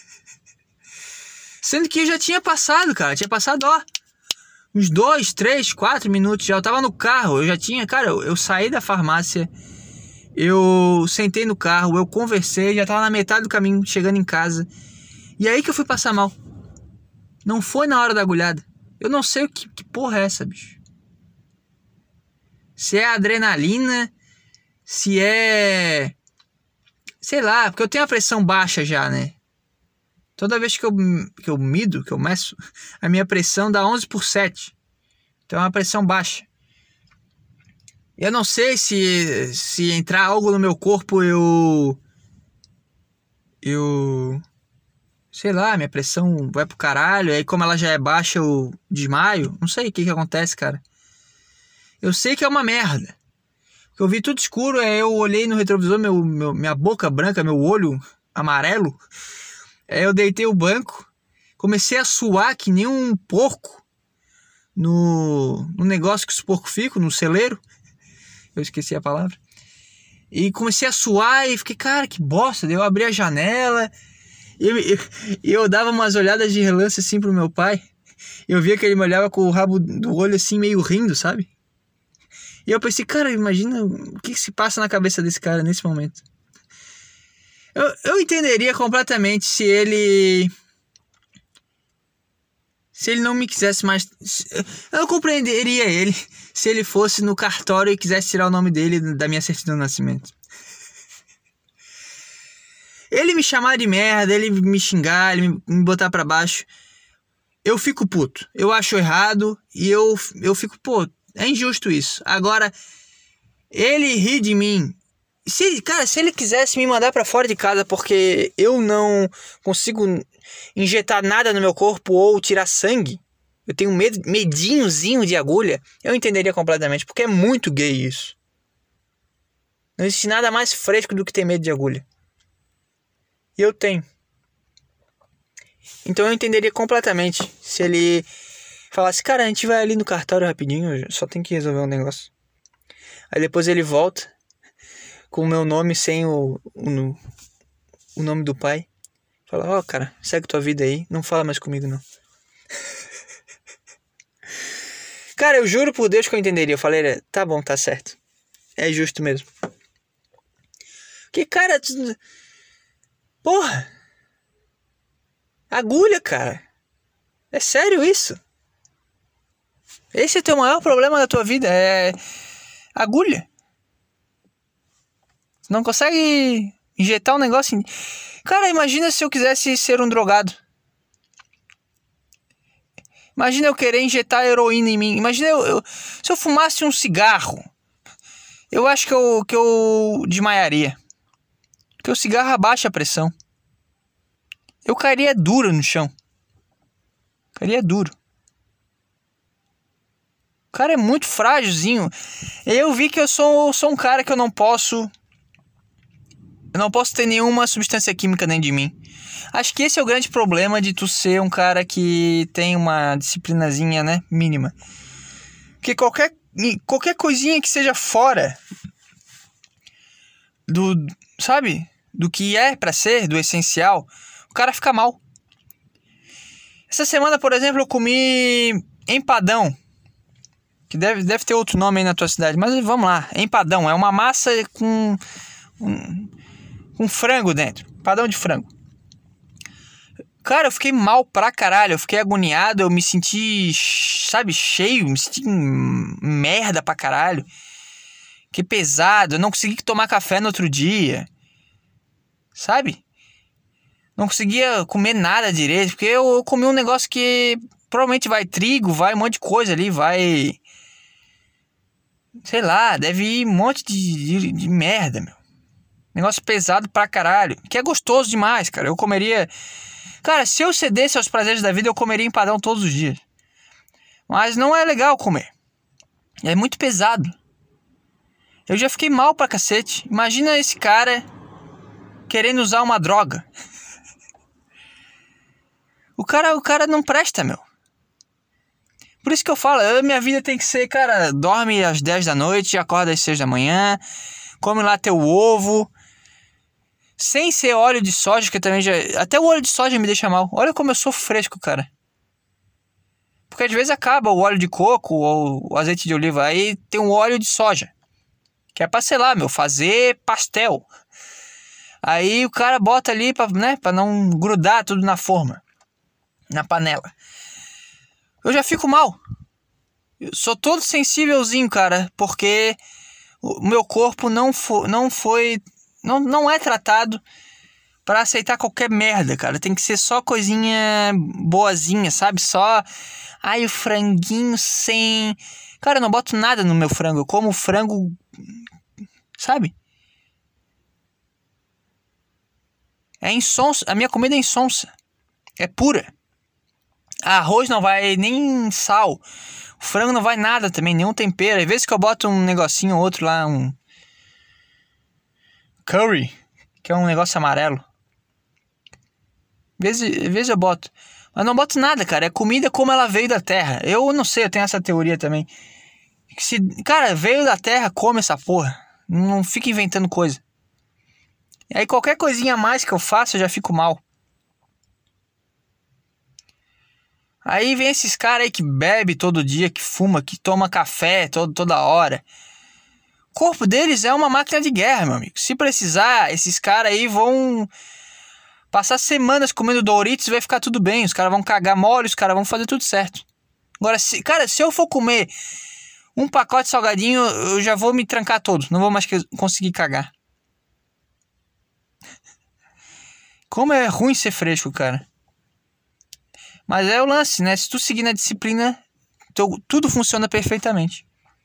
S1: Sendo que já tinha passado, cara, uns 2, 3, 4 minutos, já eu tava no carro, eu já tinha, cara, eu saí da farmácia, eu sentei no carro, eu conversei, já tava na metade do caminho, chegando em casa, e aí que eu fui passar mal. Não foi na hora da agulhada. Eu não sei que porra é essa, bicho. Se é adrenalina, se é... sei lá, porque eu tenho a pressão baixa já, né? Toda vez que eu mido, que eu meço, a minha pressão dá 11/7. Então é uma pressão baixa. Eu não sei se entrar algo no meu corpo, sei lá, minha pressão vai pro caralho. Aí como ela já é baixa, eu desmaio. Não sei o que acontece, cara. Eu sei que é uma merda. Eu vi tudo escuro, aí eu olhei no retrovisor, minha boca branca, meu olho amarelo. Aí eu deitei o banco, comecei a suar que nem um porco no negócio que os porcos ficam, no celeiro. Eu esqueci a palavra. E comecei a suar e fiquei, cara, que bosta. Daí eu abri a janela e eu dava umas olhadas de relance assim pro meu pai. Eu via que ele me olhava com o rabo do olho assim, meio rindo, sabe? E eu pensei, cara, imagina o que se passa na cabeça desse cara nesse momento. Eu entenderia completamente se Se ele não me quisesse mais... Eu compreenderia ele se ele fosse no cartório e quisesse tirar o nome dele da minha certidão de nascimento. Ele me chamar de merda, ele me xingar, ele me botar pra baixo, eu fico puto. Eu acho errado e eu fico, pô, é injusto isso. Agora, ele ri de mim. Se ele quisesse me mandar pra fora de casa porque eu não consigo injetar nada no meu corpo ou tirar sangue, eu tenho medinhozinho de agulha, eu entenderia completamente, porque é muito gay isso. Não existe nada mais fresco do que ter medo de agulha. E eu tenho. Então eu entenderia completamente se ele falasse, cara, a gente vai ali no cartório rapidinho, só tem que resolver um negócio. Aí depois ele volta com o meu nome sem o nome do pai. Fala, ó, cara, segue tua vida aí, não fala mais comigo não. Cara, eu juro por Deus que eu entenderia. Eu falei, tá bom, tá certo. É justo mesmo. Que cara... Porra! Agulha, cara. É sério isso? Esse é o teu maior problema da tua vida, é agulha. Você não consegue injetar um negócio em... Cara, imagina se eu quisesse ser um drogado. Imagina eu querer injetar heroína em mim. Imagina se eu fumasse um cigarro. Eu acho que eu desmaiaria. Porque o cigarro abaixa a pressão. Eu cairia duro no chão. Cairia duro. O cara é muito frágilzinho. Eu vi que eu sou um cara que eu não posso ter nenhuma substância química dentro de mim. Acho que esse é o grande problema de tu ser um cara que tem uma disciplinazinha, né, mínima. Porque qualquer coisinha que seja fora do, sabe, do que é pra ser, do essencial, o cara fica mal. Essa semana, por exemplo, eu comi empadão, que deve ter outro nome aí na tua cidade, mas vamos lá, empadão, é uma massa com frango dentro, empadão de frango. Cara, eu fiquei mal pra caralho, eu fiquei agoniado, eu me senti, sabe, cheio, me senti merda pra caralho. Que pesado, eu não consegui tomar café no outro dia, sabe? Não conseguia comer nada direito, porque eu comi um negócio que provavelmente vai trigo, vai um monte de coisa ali, vai... Sei lá, deve ir um monte de merda, meu. Negócio pesado pra caralho, que é gostoso demais, cara. Eu comeria... Cara, se eu cedesse aos prazeres da vida, eu comeria empadão todos os dias. Mas não é legal comer. É muito pesado. Eu já fiquei mal pra cacete. Imagina esse cara querendo usar uma droga. O cara não presta, meu. Por isso que eu falo, minha vida tem que ser, cara, dorme às 10 da noite, acorda às 6 da manhã, come lá teu ovo, sem ser óleo de soja, que também já... Até o óleo de soja me deixa mal. Olha como eu sou fresco, cara. Porque às vezes acaba o óleo de coco ou o azeite de oliva, aí tem um óleo de soja, que é pra, sei lá, meu, fazer pastel. Aí o cara bota ali pra, né, pra não grudar tudo na forma, na panela. Eu já fico mal. Eu sou todo sensívelzinho, cara, porque o meu corpo não é tratado pra aceitar qualquer merda, cara. Tem que ser só coisinha boazinha, sabe? Só, ai, o franguinho sem... Cara, eu não boto nada no meu frango. Eu como frango, sabe? É insonsa. A minha comida é insonsa. É pura. Arroz não vai nem sal. O frango não vai nada também, nenhum tempero. Às vezes que eu boto um negocinho ou outro lá, um curry, que é um negócio amarelo. Às vezes eu boto. Mas não boto nada, cara. É comida como ela veio da terra. Eu não sei, eu tenho essa teoria também. Cara, veio da terra, come essa porra. Não fica inventando coisa. E aí qualquer coisinha a mais que eu faço, eu já fico mal. Aí vem esses caras aí que bebe todo dia, que fuma, que toma café toda hora. O corpo deles é uma máquina de guerra, meu amigo. Se precisar, esses caras aí vão Passar semanas comendo Doritos vai ficar tudo bem. Os caras vão cagar mole, os caras vão fazer tudo certo. Agora, se eu for comer um pacote de salgadinho, eu já vou me trancar todo. Não vou mais conseguir cagar. Como é ruim ser fresco, cara. Mas é o lance, né? Se tu seguir na disciplina, tudo funciona perfeitamente.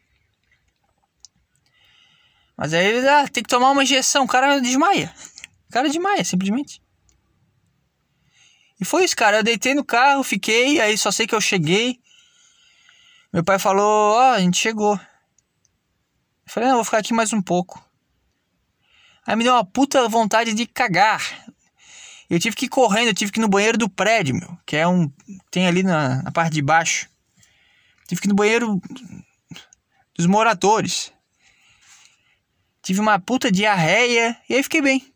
S1: Mas aí tem que tomar uma injeção. O cara desmaia. Simplesmente. E foi isso, cara. Eu deitei no carro, fiquei. Aí só sei que eu cheguei. Meu pai falou, a gente chegou. Eu falei, não, vou ficar aqui mais um pouco. Aí me deu uma puta vontade de cagar. Eu tive que ir correndo, eu tive que ir no banheiro do prédio, meu. Que é tem ali na parte de baixo. Tive que ir no banheiro dos moradores. Tive uma puta diarreia e aí fiquei bem.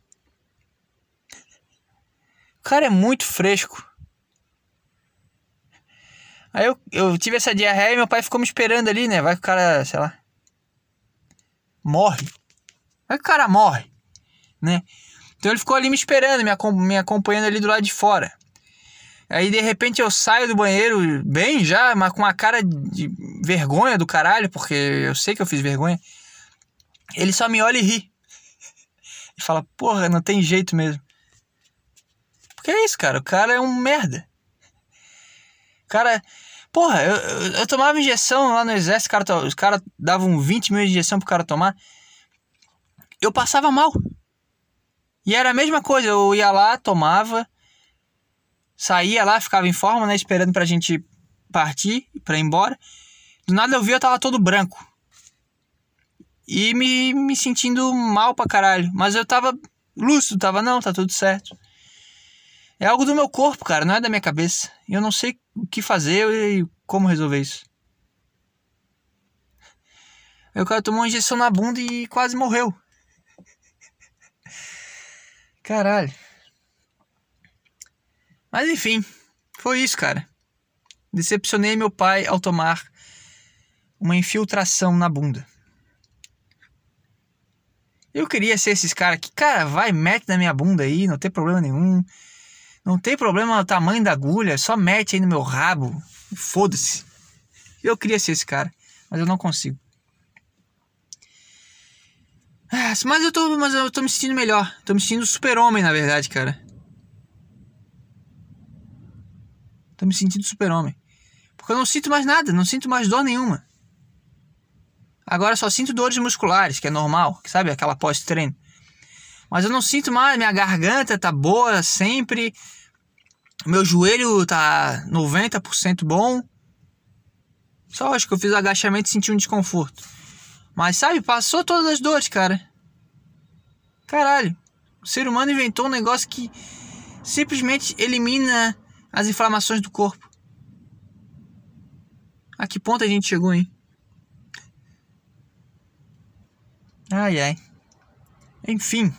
S1: O cara é muito fresco. Aí eu tive essa diarreia e meu pai ficou me esperando ali, né? Vai que o cara, sei lá, morre. Vai que o cara morre, né? Então ele ficou ali me esperando, me acompanhando ali do lado de fora. Aí de repente eu saio do banheiro bem já, mas com uma cara de vergonha do caralho, porque eu sei que eu fiz vergonha. Ele só me olha e ri. Ele fala, porra, não tem jeito mesmo. Porque é isso, cara, o cara é um merda. Cara, porra, eu tomava injeção lá no exército, os caras davam 20 mil de injeção pro cara tomar. Eu passava mal. E era a mesma coisa, eu ia lá, tomava, saía lá, ficava em forma, né, esperando pra gente partir, pra ir embora. Do nada eu vi, eu tava todo branco. E me sentindo mal pra caralho. Mas eu tava lúcido, tá tudo certo. É algo do meu corpo, cara, não é da minha cabeça. E eu não sei o que fazer e como resolver isso. Aí o cara tomou uma injeção na bunda e quase morreu. Caralho. Mas enfim, foi isso, cara. Decepcionei meu pai ao tomar uma infiltração na bunda. Eu queria ser esses caras que, cara, vai, mete na minha bunda aí, não tem problema nenhum. Não tem problema o tamanho da agulha, só mete aí no meu rabo. Foda-se. Eu queria ser esse cara, mas eu não consigo. Mas eu tô me sentindo melhor. Tô me sentindo super-homem, na verdade, cara. Tô me sentindo super-homem. Porque eu não sinto mais nada, não sinto mais dor nenhuma. Agora só sinto dores musculares, que é normal, sabe? Aquela pós-treino. Mas eu não sinto mais, minha garganta tá boa sempre. Meu joelho tá 90% bom. Só acho que eu fiz agachamento e senti um desconforto. Mas sabe, passou todas as dores, cara. Caralho. O ser humano inventou um negócio que simplesmente elimina as inflamações do corpo. A que ponto a gente chegou, hein? Ai, ai. Enfim.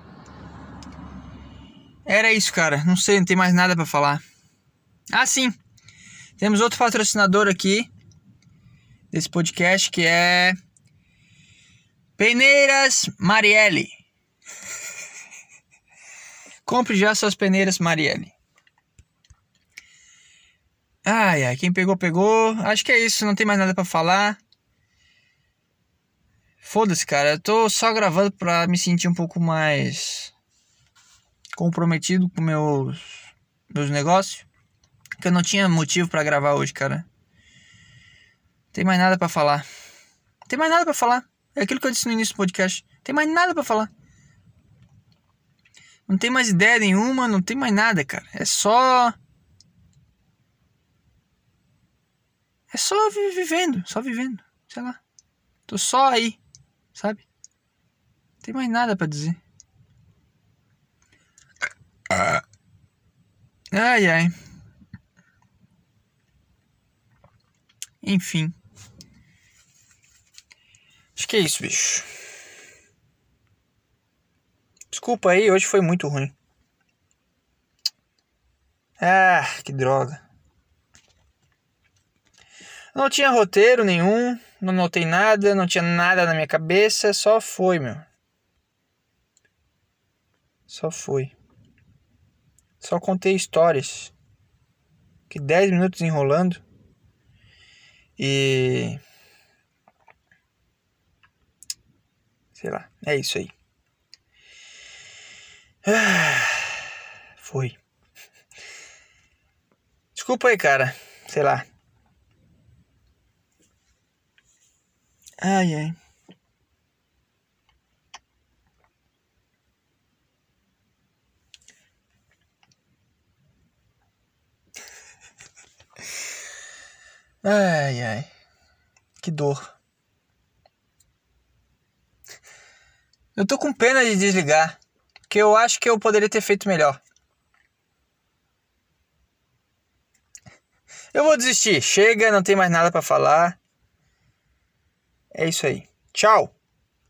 S1: Era isso, cara. Não sei, não tem mais nada pra falar. Ah, sim. Temos outro patrocinador aqui desse podcast, que é Peneiras Marielle. Compre já suas peneiras Marielle. Ai, ai, quem pegou, pegou. Acho que é isso, não tem mais nada pra falar. Foda-se, cara. Eu tô só gravando pra me sentir um pouco mais comprometido com meus negócios. Porque eu não tinha motivo pra gravar hoje, cara. Não tem mais nada pra falar. Não tem mais nada pra falar. É aquilo que eu disse no início do podcast. Não tem mais nada pra falar. Não tem mais ideia nenhuma, não tem mais nada, cara. É só vivendo, sei lá. Tô só aí, sabe? Não tem mais nada pra dizer. Ai, ai. Enfim. Acho que é isso, bicho. Desculpa aí, hoje foi muito ruim. Ah, que droga. Não tinha roteiro nenhum, não notei nada, não tinha nada na minha cabeça, só foi, meu. Só foi. Só contei histórias. Que 10 minutos enrolando. E... sei lá, é isso aí. Foi. Desculpa aí, cara. Sei lá. Ai, ai. Ai, ai. Que dor. Eu tô com pena de desligar. Porque eu acho que eu poderia ter feito melhor. Eu vou desistir. Chega, não tem mais nada pra falar. É isso aí. Tchau.